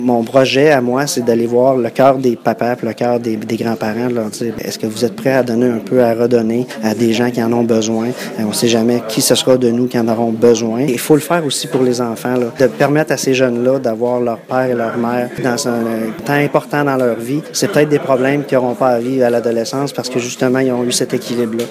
Mon projet à moi, c'est d'aller voir le cœur des papas et le cœur des grands-parents, de leur dire, est-ce que vous êtes prêts à donner un peu, à redonner à des gens qui en ont besoin? On ne sait jamais qui ce sera de nous qui en auront besoin. Il faut le faire aussi pour les enfants, là, de permettre à ces jeunes-là d'avoir leur père et leur mère dans un temps important dans leur vie. C'est peut-être des problèmes qu'ils n'auront pas à vivre à l'adolescence parce que justement, ils ont eu cet équilibre-là.